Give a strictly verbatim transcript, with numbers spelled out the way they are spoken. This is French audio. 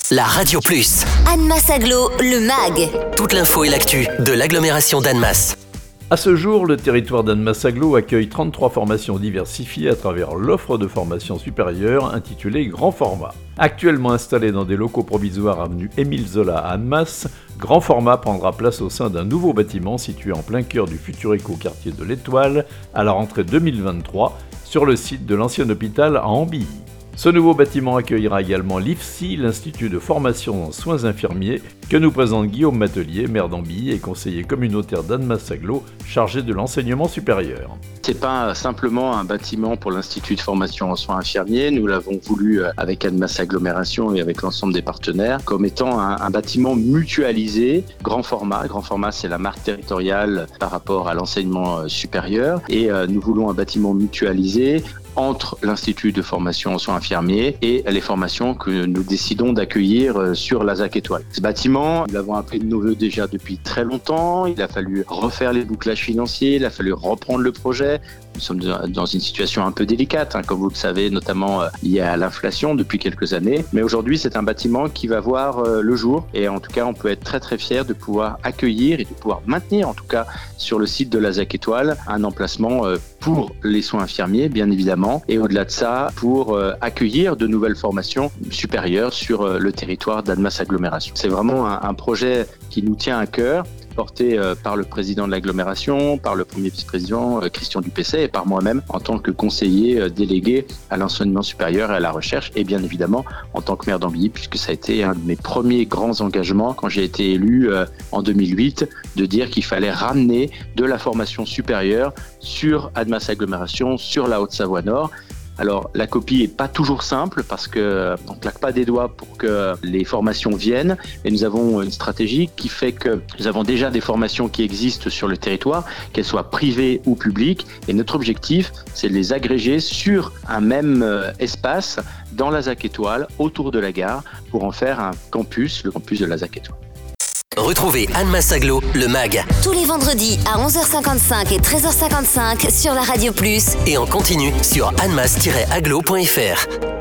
la Radio Plus. Annemasse Agglo, le MAG. Toute l'info et l'actu de l'agglomération d'Annemasse. À ce jour, le territoire d'Annemasse Agglo accueille trente-trois formations diversifiées à travers l'offre de formation supérieure intitulée Grand Format. Actuellement installé dans des locaux provisoires avenue Émile Zola à Annemasse, Grand Format prendra place au sein d'un nouveau bâtiment situé en plein cœur du futur éco-quartier de l'Étoile à la rentrée deux mille vingt-trois sur le site de l'ancien hôpital à Ambilly. Ce nouveau bâtiment accueillera également l'I F S I, l'Institut de formation en soins infirmiers, que nous présente Guillaume Matelier, maire d'Ambilly et conseiller communautaire d'Annemasse Agglo, chargé de l'enseignement supérieur. C'est pas simplement un bâtiment pour l'Institut de formation en soins infirmiers, nous l'avons voulu avec Annemasse Agglomération et avec l'ensemble des partenaires comme étant un, un bâtiment mutualisé, grand format. Grand format, c'est la marque territoriale par rapport à l'enseignement supérieur et euh, nous voulons un bâtiment mutualisé entre l'Institut de formation en soins infirmiers et les formations que nous décidons d'accueillir sur la Z A C Étoile. Ce bâtiment, nous l'avons appelé de nos voeux déjà depuis très longtemps. Il a fallu refaire les bouclages financiers, il a fallu reprendre le projet. Nous sommes dans une situation un peu délicate, hein, comme vous le savez, notamment euh, liée à l'inflation depuis quelques années. Mais aujourd'hui, c'est un bâtiment qui va voir euh, le jour. Et en tout cas, on peut être très très fiers de pouvoir accueillir et de pouvoir maintenir, en tout cas, sur le site de la Z A C Étoile, un emplacement euh, pour les soins infirmiers, bien évidemment. Et au-delà de ça, pour euh, accueillir de nouvelles formations supérieures sur euh, le territoire d'Annemasse Agglomération. C'est vraiment un, un projet qui nous tient à cœur, porté euh, par le président de l'agglomération, par le premier vice-président euh, Christian Dupessay et par moi-même en tant que conseiller euh, délégué à l'enseignement supérieur et à la recherche et bien évidemment en tant que maire d'Ambilly puisque ça a été un de mes premiers grands engagements quand j'ai été élu euh, en deux mille huit de dire qu'il fallait ramener de la formation supérieure sur Annemasse Agglomération, sur la Haute-Savoie Nord. Alors, la copie est pas toujours simple parce que on claque pas des doigts pour que les formations viennent. Et nous avons une stratégie qui fait que nous avons déjà des formations qui existent sur le territoire, qu'elles soient privées ou publiques. Et notre objectif, c'est de les agréger sur un même espace dans la Z A C Étoile, autour de la gare, pour en faire un campus, le campus de la Z A C Étoile. Retrouvez Annemasse Agglo, le MAG. Tous les vendredis à onze heures cinquante-cinq et treize heures cinquante-cinq sur la Radio Plus. Et en continu sur annemasse tiret agglo point f r.